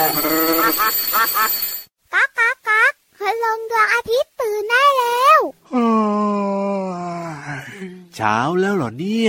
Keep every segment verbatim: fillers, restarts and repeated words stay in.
ก๊ากก๊ากก๊ากคืนลงดวงอาทิตย์ตื่นได้แล้วเช้าแล้วเหรอเนี่ย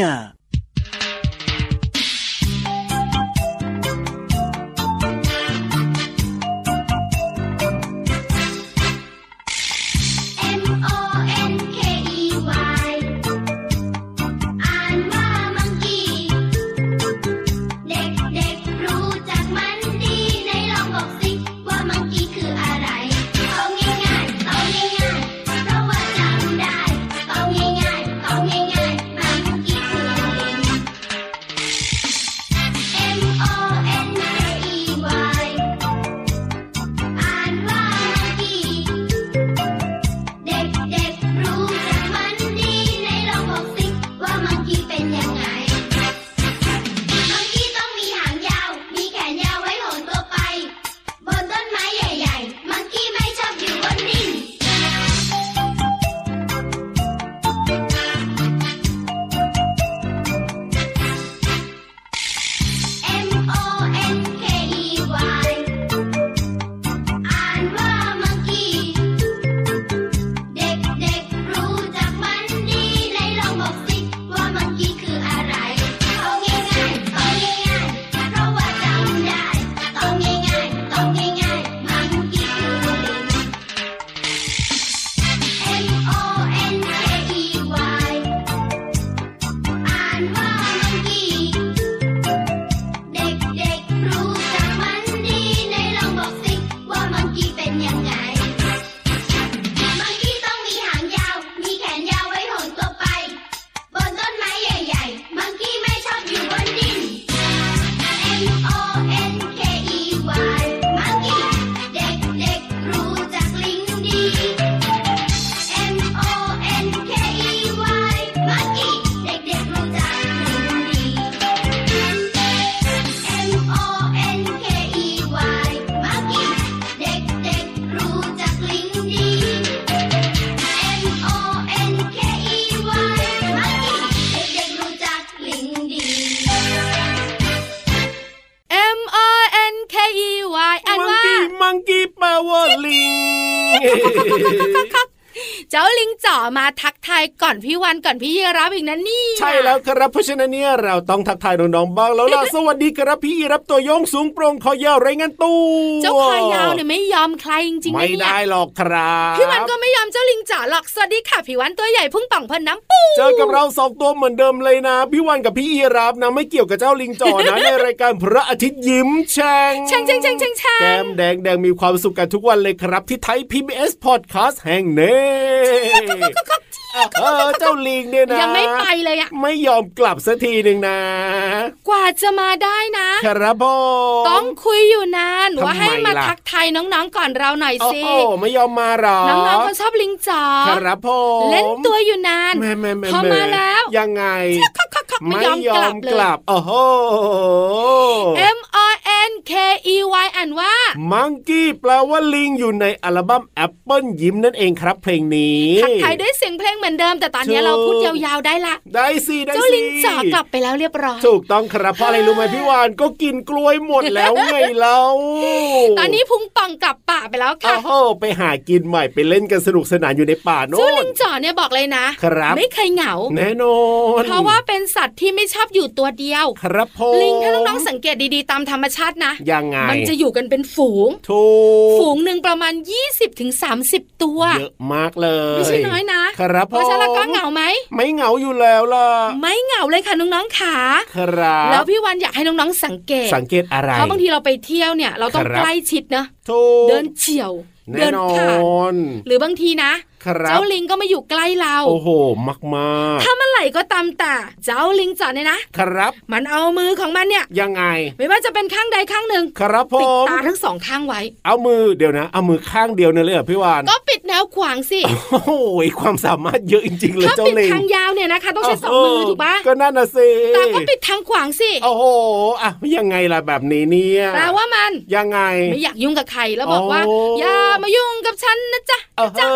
เจ้าลิงจ๋อมาทักทายก่อนพี่วันก่อนพี่ยีรับอีกนะนี่ใช่แล้วครับเพราะฉะนั้นเนี่ยเราต้องทักทายน้องๆบ้างแล้วล่ะ สวัสดีครับพี่ยีรับตัวโยงสูงโปร่งคอยาวไรงั้นตู้เจ้าคอยาวเนี่ยไม่ยอมใครจริงๆไม่ได้หรอกครับพี่วันก็ไม่ยอมเจ้าลิงจ๋อหรอกสวัสดีค่ะพี่วันตัวใหญ่พุ่งป่องพ่นน้ำปูเจอกับเราสองตัวเหมือนเดิมเลยนะพี่วันกับพี่ยีรับนะไม่เกี่ยวกับเจ้าลิงจ๋อนะ ในรายการพระอาทิตย์ยิ้มแฉ่งแฉ่งแฉ่งแฉ่งแฉ่งแก้มแดงแดงมีความสุขกันทุกวันเลยครับที่ไทย พี บี เอส Podcast แห่งนี้เออเจ้าลิงเนี่ยนะยังไม่ไปเลยอ่ะไม่ยอมกลับสักทีนึงนะกว่าจะมาได้นะครับผมต้องคุยอยู่นานว่าให้มาทักทายน้องๆก่อนเราหน่อยสิโอ้ไม่ยอมมาหรอน้องๆก็ชอบลิงจ๋อครับผมเล่นตัวอยู่นานพอมาแล้วยังไงไม่ยอมกลับเลยโอ้โห M O N K E Y อ่านว่า Monkey แปลว่าลิงอยู่ในอัลบั้ม Apple ยิ้มนั่นเองครับเพลงนี้ทักทายด้วยเสียงเพลงเหมือนเดิมแต่ตอนนี้เราพูดยาวๆได้ละได้สิได้สิเจ้าลิงจ๋อกลับไปแล้วเรียบร้อยถูกต้องครับเพราะอะไรรู้ไหมพี่วานก็กินกล้วยหมดแล้วไงเราตอนนี้พุงป่องกลับป่าไปแล้วค่ะโอ้โหไปหากินใหม่ไปเล่นกันสนุกสนานอยู่ในป่าโน่นเจ้าลิงจ๋อเนี่ยบอกเลยนะครับไม่เคยเหงาแน่นอนเพราะว่าเป็นสัตว์ที่ไม่ชอบอยู่ตัวเดียวครับผมลิงถ้าน้องๆสังเกตดีๆตามธรรมชาตินะยังไงมันจะอยู่กันเป็นฝูงถูกฝูงหนึ่งประมาณ ยี่สิบถึงสามสิบ ตัวเยอะมากเลยไม่ใช่น้อยนะครับเพราะฉะนั้นก็เหงาไหมไม่เหงาอยู่แล้วล่ะไม่เหงาเลยค่ะน้องๆขาครับแล้วพี่วันอยากให้น้องๆสังเกตสังเกตอะไรเพราะบางทีเราไปเที่ยวเนี่ยเราต้องใกล้ชิดนะเดินเฉี่ยวเดินผ่านหรือบางทีนะเจ้าลิงก็มาอยู่ใกล้เราโอ้โหมากมากถ้าเมื่อไหร่ก็ตามแต่เจ้าลิงจ๋อเนี่ยนะครับมันเอามือของมันเนี่ยยังไงไม่ว่าจะเป็นข้างใดข้างหนึ่งครับผมปิดตาทั้งสองข้างไว้เอามือเดี๋ยวนะเอามือข้างเดียวเนี่ยเลยเหรอพี่วานก็ปิดแนวขวางสิโอ้โหความสามารถเยอะจริงๆเลยเจ้าลิงถ้าปิดทางยาวเนี่ยนะคะต้องใช้สองมือถูกปะก็นั่นน่ะสิแต่ก็ปิดทางขวางสิโอ้โหอ่ะยังไงล่ะแบบนี้เนี่ยแปลว่ามันยังไงไม่อยากยุ่งกับใครแล้วบอกว่าอย่ามายุ่งกับฉันนะจ๊ะจ๊ะอย่างนี้ไง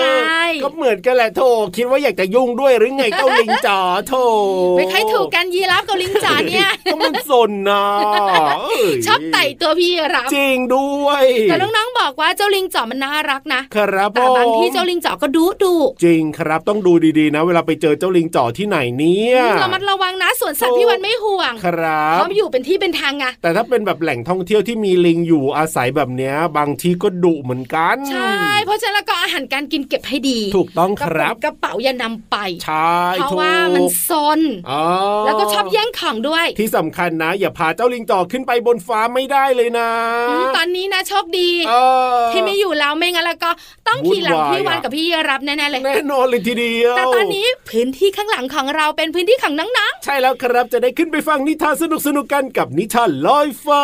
ก็เหมือนกันแหละโธ่คิดว่าอยากจะยุ่งด้วยหรือไงเจ้าลิงจ๋าโธ่ไม่ใครถูกกันยีราฟกับลิงจ๋าเนี่ยก็มันสนนะชอบไต่ตัวพี่ยีราฟจริงด้วยแต่น้องๆบอกว่าเจ้าลิงจ๋ามันน่ารักนะครับแต่บางที่เจ้าลิงจ๋าก็ดุดุจริงครับต้องดูดีๆนะเวลาไปเจอเจ้าลิงจ๋าที่ไหนเนี่ยระมัดระวังนะสวนสัตว์พี่วันไม่ห่วงครับเพราะอยู่เป็นที่เป็นทางไงแต่ถ้าเป็นแบบแหล่งท่องเที่ยวที่มีลิงอยู่อาศัยแบบเนี้ยบางทีก็ดุเหมือนกันใช่เพราะฉะนั้นแล้วก็อาหารการกินเก็บให้ดีถูกต้องครับกระเป๋าอย่านำไปใช่เพราะว่ามันซนแล้วก็ชอบแย่งของด้วยที่สำคัญนะอย่าพาเจ้าลิงจ๋าขึ้นไปบนฟ้าไม่ได้เลยนะตอนนี้นะโชคดีที่ไม่อยู่แล้วไม่งั้นแล้วก็ต้องขี่หลังพี่วันกับพี่รับแน่ๆเลยแน่นอนเลยทีเดียวแต่ตอนนี้พื้นที่ข้างหลังของเราเป็นพื้นที่ของน้องๆใช่แล้วครับจะได้ขึ้นไปฟังนิทานสนุกๆกันกับนิทานลอยฟ้า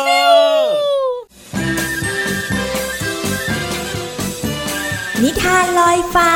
นิทานลอยฟ้า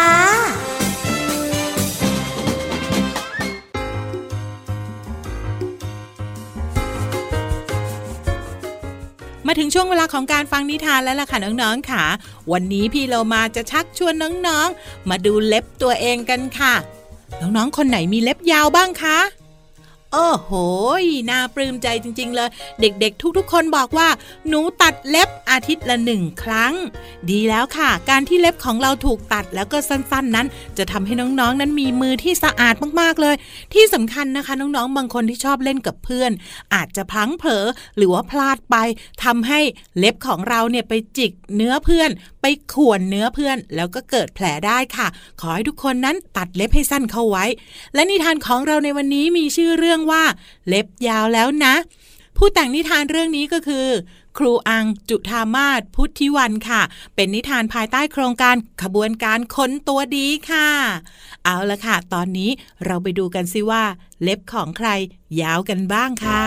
มาถึงช่วงเวลาของการฟังนิทานแล้วล่ะค่ะน้องๆค่ะวันนี้พี่เรามาจะชักชวนน้องๆมาดูเล็บตัวเองกันค่ะน้องๆคนไหนมีเล็บยาวบ้างคะโอ้โหน่าปลื้มใจจริงๆเลยเด็กๆทุกๆคนบอกว่าหนูตัดเล็บอาทิตย์ละหนึ่งครั้งดีแล้วค่ะการที่เล็บของเราถูกตัดแล้วก็สั้นๆนั้นจะทำให้น้องๆนั้นมีมือที่สะอาดมากๆเลยที่สำคัญนะคะน้องๆบางคนที่ชอบเล่นกับเพื่อนอาจจะพลั้งเผลอหรือว่าพลาดไปทำให้เล็บของเราเนี่ยไปจิกเนื้อเพื่อนไปข่วนเนื้อเพื่อนแล้วก็เกิดแผลได้ค่ะขอให้ทุกคนนั้นตัดเล็บให้สั้นเข้าไว้และนิทานของเราในวันนี้มีชื่อเรื่องว่าเล็บยาวแล้วนะผู้แต่งนิทานเรื่องนี้ก็คือครูอังจุฑามาศพุทธิวรรณค่ะเป็นนิทานภายใต้โครงการขบวนการคนตัวดีค่ะเอาละค่ะตอนนี้เราไปดูกันซิว่าเล็บของใครยาวกันบ้างค่ะ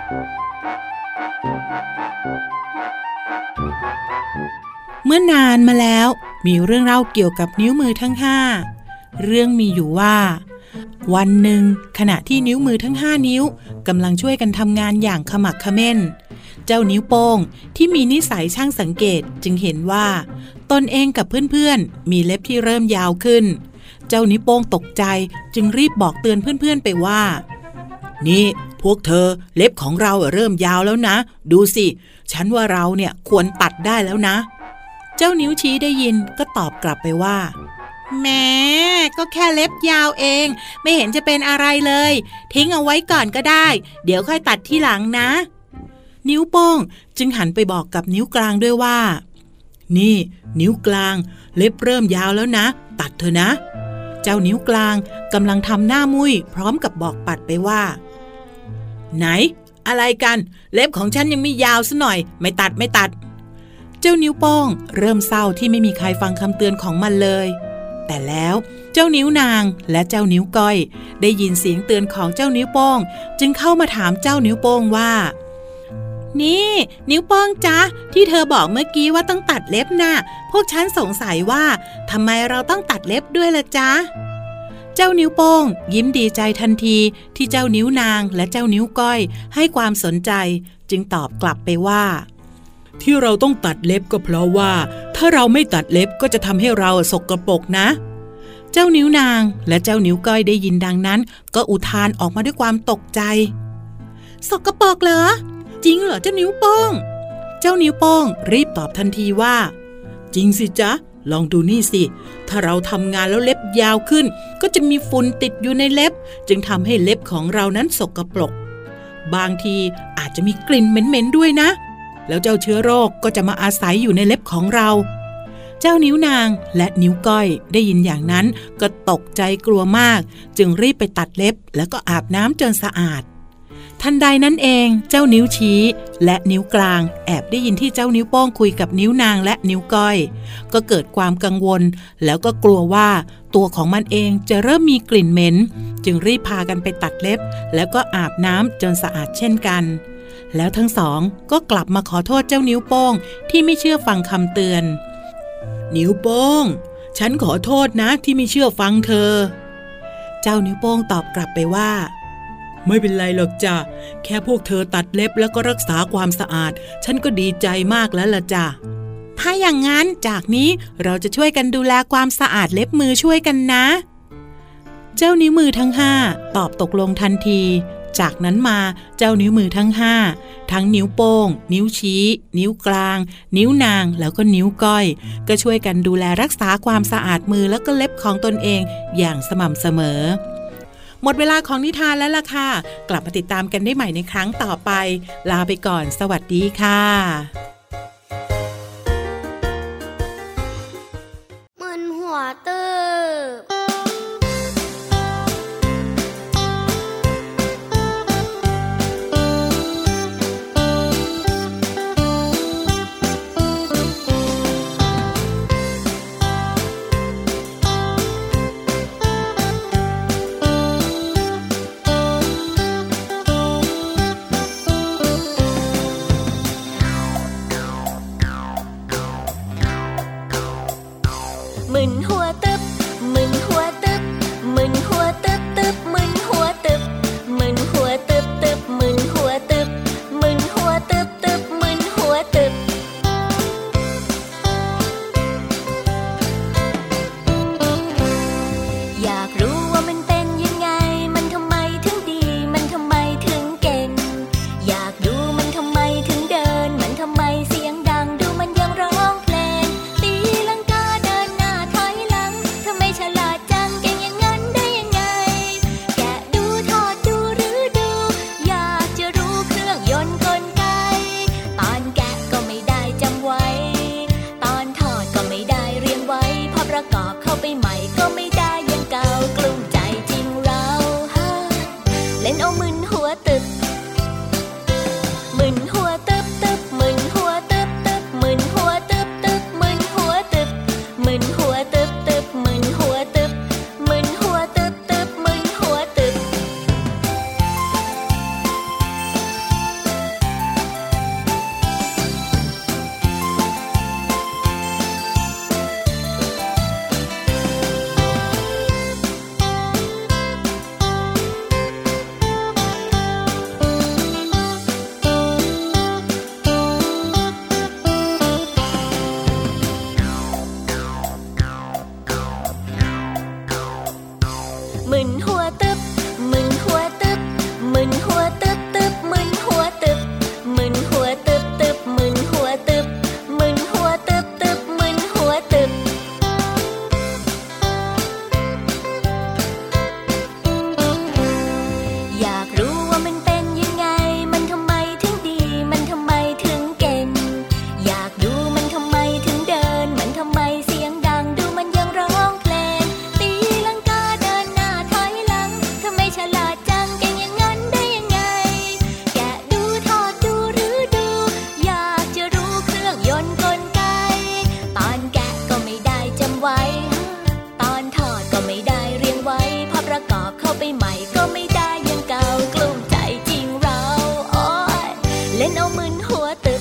เมื่อนานมาแล้วมีเรื่องเล่าเกี่ยวกับนิ้วมือทั้งห้าเรื่องมีอยู่ว่าวันหนึ่งขณะที่นิ้วมือทั้งห้านิ้วกำลังช่วยกันทำงานอย่างขมักเขม้นเจ้านิ้วโป้งที่มีนิสัยช่างสังเกตจึงเห็นว่าตนเองกับเพื่อนๆมีเล็บที่เริ่มยาวขึ้นเจ้านิ้วโป้งตกใจจึงรีบบอกเตือนเพื่อนๆไปว่านี่พวกเธอเล็บของเราเริ่มยาวแล้วนะดูสิฉันว่าเราเนี่ยควรตัดได้แล้วนะเจ้านิ้วชี้ได้ยินก็ตอบกลับไปว่าแม้ก็แค่เล็บยาวเองไม่เห็นจะเป็นอะไรเลยทิ้งเอาไว้ก่อนก็ได้เดี๋ยวค่อยตัดที่หลังนะนิ้วโป้งจึงหันไปบอกกับนิ้วกลางด้วยว่านี่นิ้วกลางเล็บเริ่มยาวแล้วนะตัดเถอะนะเจ้านิ้วกลางกำลังทำหน้ามุ้ยพร้อมกับบอกปัดไปว่าไหนอะไรกันเล็บของฉันยังไม่ยาวซะหน่อยไม่ตัดไม่ตัดเจ้านิ้วโป้งเริ่มเศร้าที่ไม่มีใครฟังคำเตือนของมันเลยแต่แล้วเจ้านิ้วนางและเจ้านิ้วก้อยได้ยินเสียงเตือนของเจ้านิ้วโป้งจึงเข้ามาถามเจ้านิ้วโป้งว่านี่นิ้วโป้งจ๊ะที่เธอบอกเมื่อกี้ว่าต้องตัดเล็บน่ะพวกฉันสงสัยว่าทำไมเราต้องตัดเล็บด้วยล่ะจ๊ะเจ้านิ้วโป้งยิ้มดีใจทันทีที่เจ้านิ้วนางและเจ้านิ้วก้อยให้ความสนใจจึงตอบกลับไปว่าที่เราต้องตัดเล็บก็เพราะว่าถ้าเราไม่ตัดเล็บก็จะทำให้เราสกปรกนะเจ้านิ้วนางและเจ้านิ้วก้อยได้ยินดังนั้นก็อุทานออกมาด้วยความตกใจสกปรกเหรอจริงเหรอเจ้านิ้วโป้งเจ้านิ้วโป้งรีบตอบทันทีว่าจริงสิจ๊ะลองดูนี่สิถ้าเราทำงานแล้วเล็บยาวขึ้นก็จะมีฝุ่นติดอยู่ในเล็บจึงทำให้เล็บของเรานั้นสกปรกบางทีอาจจะมีกลิ่นเหม็นๆด้วยนะแล้วเจ้าเชื้อโรคก็จะมาอาศัยอยู่ในเล็บของเราเจ้านิ้วนางและนิ้วก้อยได้ยินอย่างนั้นก็ตกใจกลัวมากจึงรีบไปตัดเล็บแล้วก็อาบน้ำจนสะอาดทันใดนั้นเองเจ้านิ้วชี้และนิ้วกลางแอบได้ยินที่เจ้านิ้วโป้งคุยกับนิ้วนางและนิ้วก้อยก็เกิดความกังวลแล้วก็กลัวว่าตัวของมันเองจะเริ่มมีกลิ่นเหม็นจึงรีบพากันไปตัดเล็บแล้วก็อาบน้ำจนสะอาดเช่นกันแล้วทั้งสองก็กลับมาขอโทษเจ้านิ้วโป้งที่ไม่เชื่อฟังคำเตือนนิ้วโป้งฉันขอโทษนะที่ไม่เชื่อฟังเธอเจ้านิ้วโป้งตอบกลับไปว่าไม่เป็นไรหรอกจ้ะแค่พวกเธอตัดเล็บแล้วก็รักษาความสะอาดฉันก็ดีใจมากแล้วล่ะจ้ะทถ้าอย่างนั้นจากนี้เราจะช่วยกันดูแลความสะอาดเล็บมือช่วยกันนะเจ้านิ้วมือทั้งห้าตอบตกลงทันทีจากนั้นมาเจ้านิ้วมือทั้งห้าทั้งนิ้วโป้งนิ้วชี้นิ้วกลางนิ้วนางแล้วก็นิ้วก้อยก็ช่วยกันดูแลรักษาความสะอาดมือแล้วก็เล็บของตนเองอย่างสม่ำเสมอหมดเวลาของนิทานแล้วล่ะค่ะกลับมาติดตามกันได้ใหม่ในครั้งต่อไปลาไปก่อนสวัสดีค่ะมึนหัวตืบมึนหัวตึบมึนหัวตึบมึนหัวตึบตึบมึนหัวตึบมึนหัวตึบตึบมึนหัวตึบมึนหัวตึบตึบมึนหัวตึบอยากรู้ว่ามันเป็นยังไงมันทำไมถึงดีมันทำไมถึงเก่งอยากดูมันทำไมถึงเดินมันทำไมเสียงดังดูมันยังร้องเพลงตีลังกาเดินหน้าถอยหลังทำไมฉลาดจังเก่งอย่างนั้นได้ยังไงแกะดูทอดดูหรือดูอยากจะรู้เครื่องยนต์กลไกตอนแกะก็ไม่ได้จำไว้ตอนทอดก็ไม่ได้เรียงไว้พอประกอบเข้าไปใหม่ก็ไม่ได้ยังเก่ากลุ้มใจจริงเราฮ่าเล่นเอามึนหัวตึบมึนหัวตึบตึบมึนหัวตึบตึบมึนหัวตึบตึบมึนหัวตึบมึนหัวตึบตึบมึนหัวตึบมึนหัวตึบตึบมึนหัวตึบมึนหัวตึบมึนหัวตึบมึนหัวตึบตึบมึนหัวตึบมึนหัวตึบตึบมึนหัวตึบมึนหัวตึบตึบมึนหัวตึบอยากรู้ว่ามันเป็นยังไงมันทำไมถึงดีมันทำไมถึงเก่งอยากดูมันทำไมถึงเดินมันทำไมเสียงดังดูมันยังร้องเพลงตีลังกาเดินหน้าถอยหลังทำไมฉลาดจังเก่งอย่างนั้นได้ยังไงแกะดูทอดดูหรือดูอยากจะรู้เครื่องยนต์กลไกตอนแกะก็ไม่ได้จำไว้ตอนทอดก็ไม่ได้เรียงไว้พอประกอบเข้าไปใหม่ก็ไม่ได้ยังเก่ากลุ้มใจจริงเราโอ๊ยเล่นเอามึนหัวตึบ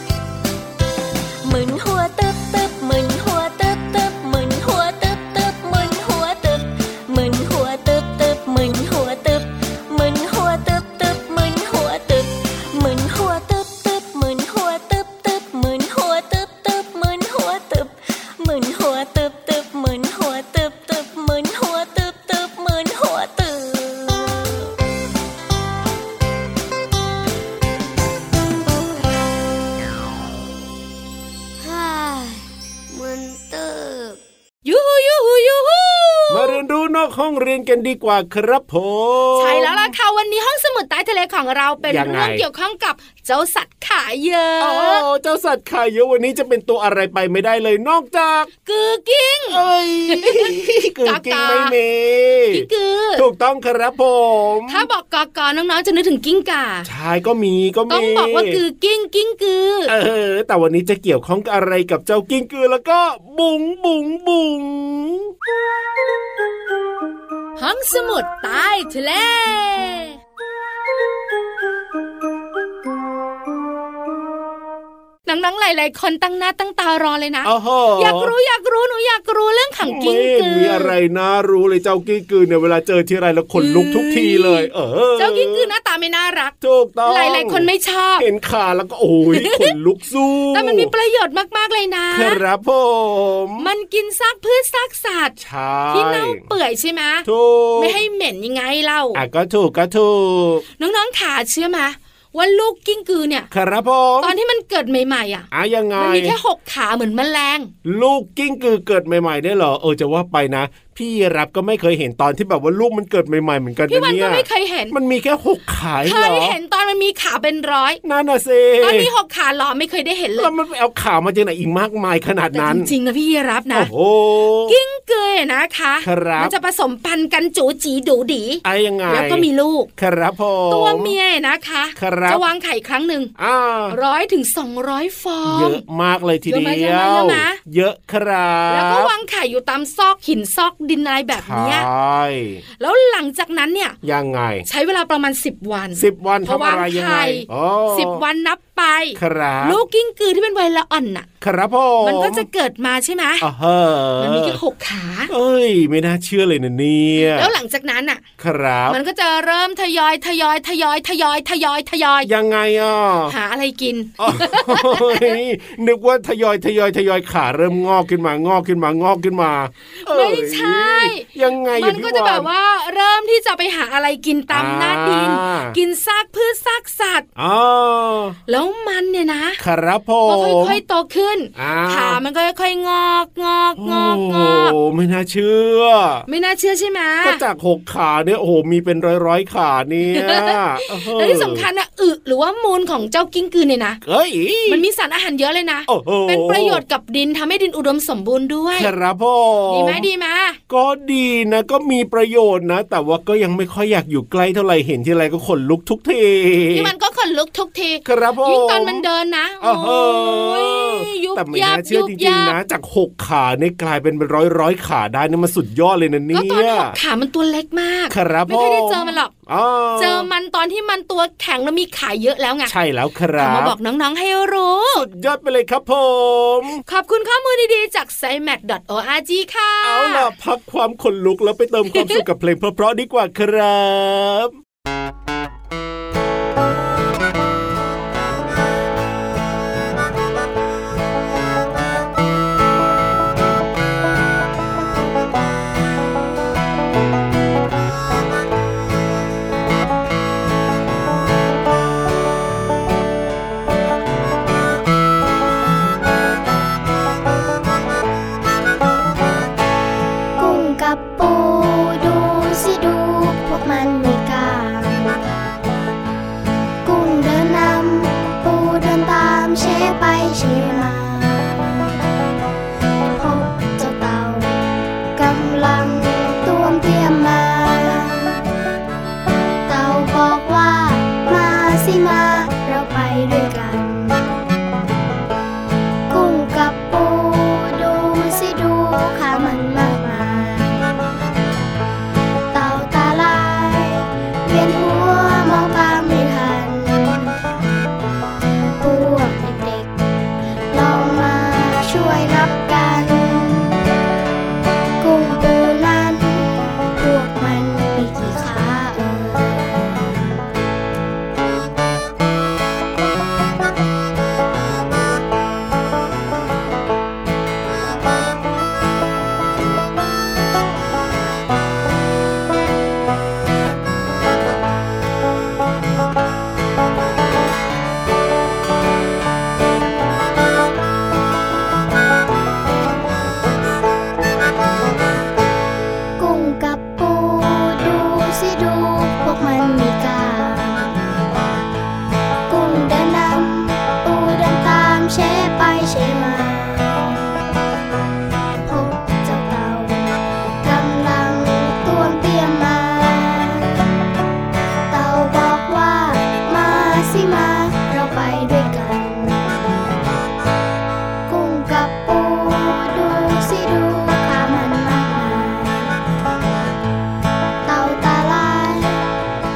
มึนหัวตึบตึบมึนหัวตึบตึบมึนหัวตึบตึบมึนหัวตึบมึนหัวตึบตึบมึนหัวตึบมึนหัวตึบตึบมึนหัวตึบมึนหัวตึบตึบมึนหัวตึบตึบมึนหัวตึบตึบมึนหัวตึบมึนหัวตึบตึบมึนหัวตึบตึบมึนหัวตึบตึบมึนหัวตึบฮ่ามึนตืบยูฮูยูฮูยูฮูมาเรียนรู้นอกห้องเรียนกันดีกว่าครับผมใช่แล้วล่ะค่ะวันนี้ห้องสมุดใต้ทะเลของเราเป็นยังไงเรื่องเกี่ยวข้องกับเจ้าสัตว์ขาเยออ๋อะ เจ้าสัตว์ขาเยอะวันนี้จะเป็นตัวอะไรไปไม่ได้เลยนอกจากกือกิ้งเอ้ยกือกิ้งไม่มีกิ้งกือถูกต้องครับผมถ้าบอกกอกอน้องๆจะนึกถึงกิ้งก่าใช่ก็มีก็มีต้องบอกว่ากือกิ้งกิ้งกือเออแต่วันนี้จะเกี่ยวข้องกับอะไรกับเจ้ากิ้งกือแล้วก็บุ๋งบุ๋งบุ๋งห้องสมุดใต้ทะเลน้องๆหลายๆคนตั้งหน้าตั้งตารอเลยนะออยากรู้อยากรู้หนูอยากรู้เรื่องขังกิ้งกือมีอะไรน่ารู้เลยเจ้ากิ้งกือเนี่ยเวลาเจอที่ไรแล้วขนลุกทุกทีเลยเออเจ้ากิ้งกือหน้าตาไม่น่ารักถูกต้องหลายๆคนไม่ชอบเห็นขาแล้วก็โอ้ยขนลุกสู้แต่มันมีประโยชน์มากๆเลยนะครับผมมันกินซากพืชซากสัตว์ที่เน่าเปื่อยใช่ไหมไม่ให้เหม็นยังไงเล่าอ่ะก็ถูกก็ถูกน้องๆขาเชื่อไหมว่าลูกกิ้งกือเนี่ยครับผมตอนที่มันเกิดใหม่ๆอ่ะอ่ะยังไงมันมีแค่หกขาเหมือนแมลงลูกกิ้งกือเกิดใหม่ๆได้เหรอเออจะว่าไปนะพี่รับก็ไม่เคยเห็นตอนที่แบบว่าลูกมันเกิดใหม่ๆเหมือนกันนะเนี่ยพี่วันก็ไม่เคยเห็นมันมีแค่หกขาเหรอเคยเห็นตอนมันมีขาเป็นร้อยนั่นน่ะสิตอนมีหกขาหรอไม่เคยได้เห็นเลยแล้วมันเอาขามาจากไหนอีกมากมายขนาดนั้นจริงๆนะพี่รับนะโอ้กิ้งกือนะคะมันจะผสมพันธุ์กันจูจีดูดีไอ้ยังไงแล้วก็มีลูกครับผมตัวเมียนะคะจะวางไข่ครั้งหนึ่งร้อยถึงสองร้อยฟองเยอะมากเลยทีเดียวเยอะครับแล้วก็วางไข่อยู่ตามซอกหินซอกดินอะไรแบบนี้แล้วหลังจากนั้นเนี่ยยังไงใช้เวลาประมาณสิบวันสิบวันทำอะไรยังไงสิบวันนับไปครับลูกกิ้งกือที่เป็นวัยละอ่อนน่ะครับผมมันก็จะเกิดมาใช่ไหมมันมีแค่หกขาเอ้ยไม่น่าเชื่อเลยนะเนี่ยแล้วหลังจากนั้นอ่ะครับมันก็จะเริ่มทยอยทยอยทยอยทยอยทยอยทยอยยังไงอ่ะหาอะไรกินนึกว่าทยอยทยอยทยอยขาเริ่มงอกขึ้นมางอกขึ้นมางอกขึ้นมาไม่ใช่ยังไงมันก็จะแบบว่าเริ่มที่จะไปหาอะไรกินตามหน้าดินกินซากพืชซากสัตว์แล้วมันเนี่ยนะครับผมก็ค่อยๆโตขึ้นขามันก็ค่อยๆงอกงอกงอกงอกโอ้ไม่น่าเชื่อไม่น่าเชื่อใช่ไหมก็จากหกขาเนี่ยโอ้โหมีเป็นร้อยๆขาเนี่ยแล้วที่สำคัญนะอึหรือว่ามูลของเจ้ากิ้งกือเนี่ยนะมันมีสารอาหารเยอะเลยนะเป็นประโยชน์กับดินทำให้ดินอุดมสมบูรณ์ด้วยครับพ่อดีไหมดีไหมก็ดีนะก็มีประโยชน์นะแต่ว่าก็ยังไม่ค่อยอยากอยู่ใกล้เท่าไหร่เห็นทีไรก็ขนลุกทุกทีที่มันก็ขนลุกทุกทีครับพ่อยิ่งตอนมันเดินนะโอ้ยยุบแต่ไม่น่าเชื่อจริงๆนะจากหกขาเนี่ยกลายเป็นร้อยร้อยขาได้นี่มันสุดยอดเลยนะเนี่ยก็ตอนหกขามันตัวเล็กมากครับไม่เคยได้เจอมันหรอกเจอมันตอนที่มันตัวแข็งแล้วมีขาเยอะแล้วไงใช่แล้วครับมาบอกน้องๆให้รู้สุดยอดไปเลยครับผมขอบคุณข้อมูลดีๆจากไซแมท ดอท โอ อาร์ จี ค่ะเอาล่ะพักความขนลุกแล้วไปเติมความสุขกับเพลงเพราะๆดีกว่าครับ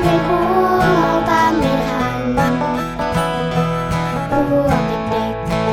เ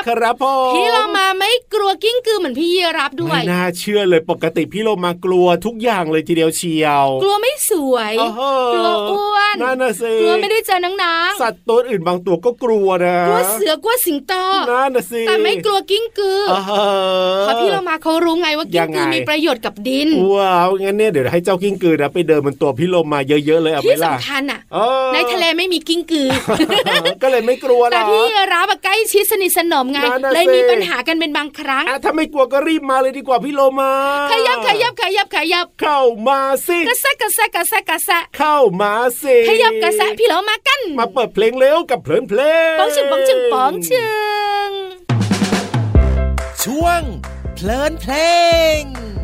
ครับพ่อพี่โลมาไม่กลัวกิ้งกือเหมือนพี่ยีรับด้วยไม่น่าเชื่อเลยปกติพี่โลมากลัวทุกอย่างเลยทีเดียวเชียวกลัวไม่สวยกลัวอ้วนนั่นน่ะสิกลัวไม่ได้เจอน้องๆสัตว์ตัวอื่นบางตัวก็กลัวนะกลัวเสือกลัวสิงโตนั่นน่ะสิแต่ไม่กลัวกิ้งกือเพราะพี่โลมาเขารู้ไงว่ากิ้งกือมีประโยชน์กับดินว้าวงั้นเนี่ยเดี๋ยวให้เจ้ากิ้งกือนะไปเดินบนตัวพี่โลมาเยอะๆเลยเอาไปล่ะที่สำคัญอ่ะในทะเลไม่มีกิ้งกือก็เลยไม่กลัวหรอแต่พี่รับใกล้ชิดสนิทสนมไงเลยมีปัญหากันเป็นบางครั้งถ้าไม่กลัวก็รีบมาเลยดีกว่าพี่โลมาขยับขยับขยับขยับเข้ามาสิกระแซะกระแซะกระแซะกระแซะเข้ามาสิขยับกระแซะพี่โลมากันมาเปิดเพลงเร็วกับเพลินเพลงป๋องชึงป๋องชึงป๋องชึงช่วงเพลินเพลง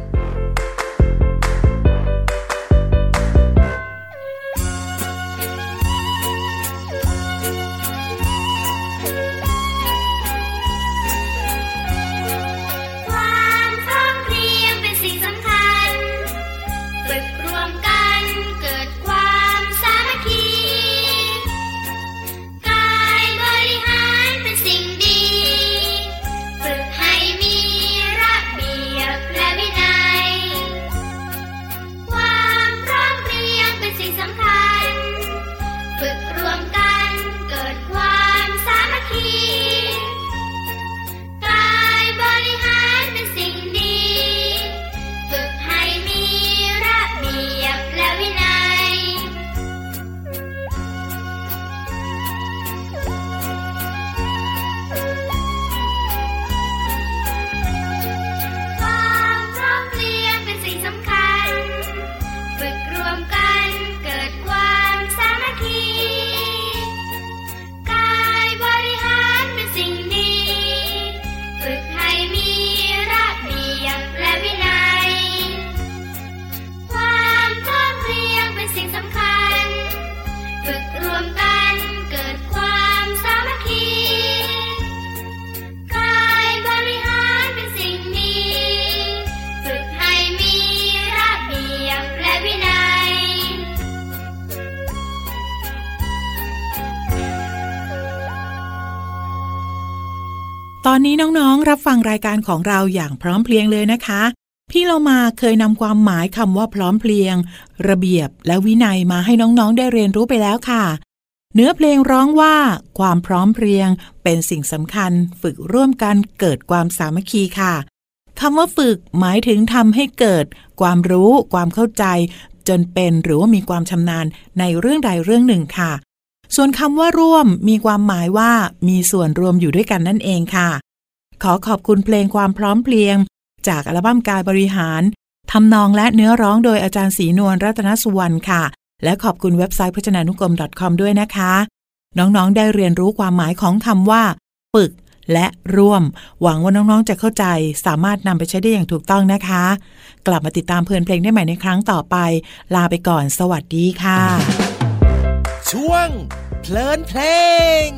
ตอนนี้น้องๆรับฟังรายการของเราอย่างพร้อมเพรียงเลยนะคะพี่เรามาเคยนำความหมายคำว่าพร้อมเพรียงระเบียบและวินัยมาให้น้องๆได้เรียนรู้ไปแล้วค่ะเนื้อเพลงร้องว่าความพร้อมเพรียงเป็นสิ่งสำคัญฝึกร่วมกันเกิดความสามัคคีค่ะคำว่าฝึกหมายถึงทำให้เกิดความรู้ความเข้าใจจนเป็นหรือว่ามีความชำนาญในเรื่องใดเรื่องหนึ่งค่ะส่วนคำว่าร่วมมีความหมายว่ามีส่วนรวมอยู่ด้วยกันนั่นเองค่ะขอขอบคุณเพลงความพร้อมเพรียงจากอัลบั้มการบริหารทำนองและเนื้อร้องโดยอาจารย์ศรีนวลรัตนสุวรรณค่ะและขอบคุณเว็บไซต์พจนานุกรม .com ด้วยนะคะน้องๆได้เรียนรู้ความหมายของคำว่าฝึกและร่วมหวังว่าน้องๆจะเข้าใจสามารถนำไปใช้ได้อย่างถูกต้องนะคะกลับมาติดตามเพลินเพลงได้ใหม่ในครั้งต่อไปลาไปก่อนสวัสดีค่ะช่วงเพลินเพลง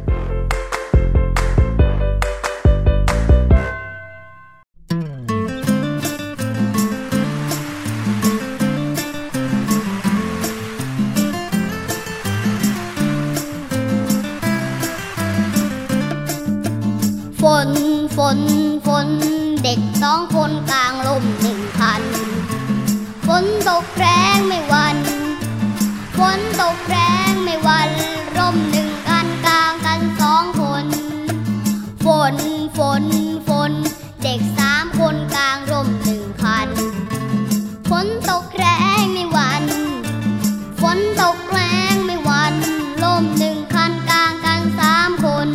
ฝนฝนฝนเด็กสองคนกลางลมหนึ่งคันฝนตกแรงไม่หวั่นฝนตกแรงไม่หวั่นร่มหนึ่งคันกลางกันสองคนฝนฝนฝนเด็กสามคนกลางร่มหนึ่งคันฝนตกแรงไม่หวั่นฝนตกแรงไม่หวั่นร่มหนึ่งคันกลางกันสามคน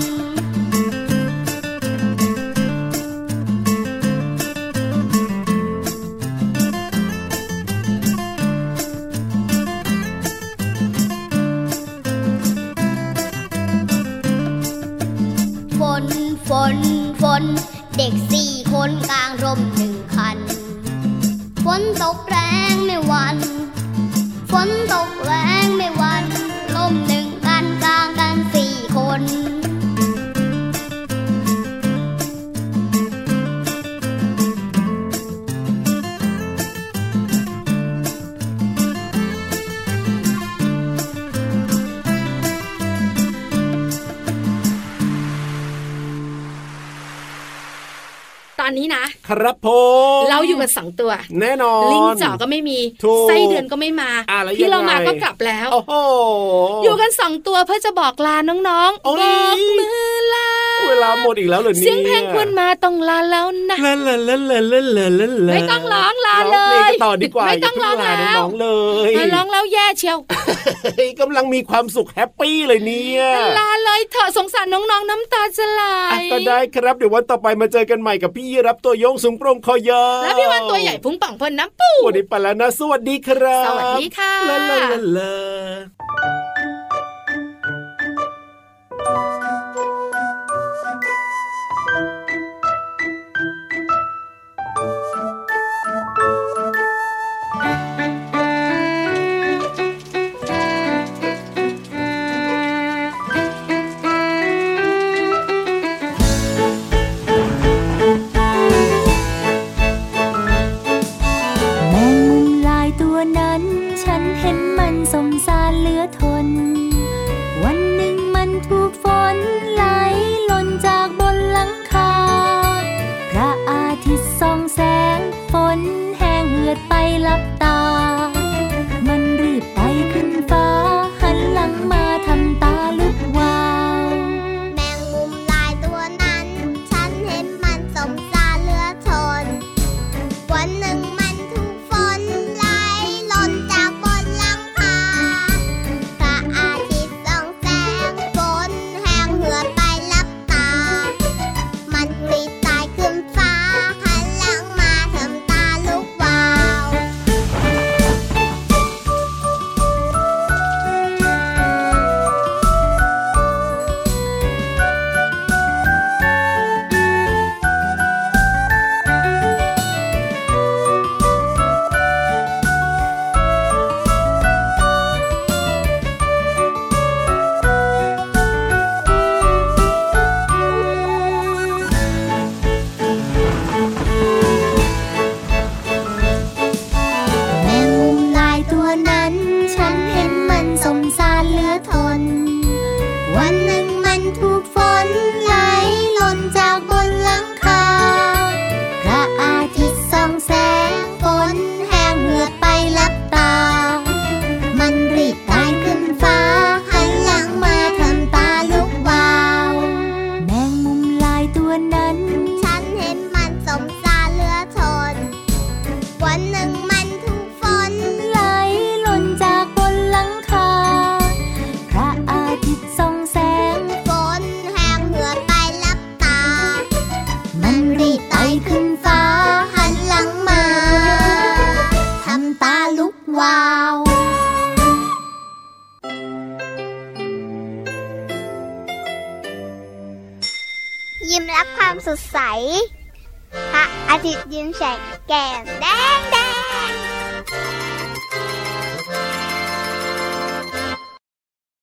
ฝนฝนเด็กสี่คนกลางร่มหนึ่งคันฝนตกแรงไม่หวั่นฝนตกแรงไม่หวั่นร่มหนึ่งคันกลางกันสี่คนนี้นะครับผมเราอยู่กันสองตัวแน่นอนลิงจ่อก็ไม่มีไส้เดือนก็ไม่มาที่เรามาก็กลับแล้วโอ้โหอยู่กันสองตัวเพื่อจะบอกลาน้องๆบอกมือลาเวลาหมดอีกแล้วเหรอเนี่ยเสียงเพลงควรมาต้องลาแล้วนะลาลาลาลาลาลาลาไม่ต้องร้องลาเลยต่อดีกว่าไม่ต้องร้องแล้วน้องเลยร้องแล้วแย่เชียวกำลังมีความสุขแฮปปี้เลยเนี่ยลาเลยเถอะสงสารน้องๆน้ำตาจะไหลก็ได้ครับเดี๋ยววันต่อไปมาเจอกันใหม่กับพี่รับตัวโยงสูงโปร่งคอยาวและพี่วันตัวใหญ่พุงป่องพ่นน้ำปูวันนี้ไปแล้วนะสวัสดีครับสวัสดีค่ะลาลาลาลายิ้มรับความสดใสพระอาทิตย์ยิ้มแฉกแก้มแดงแด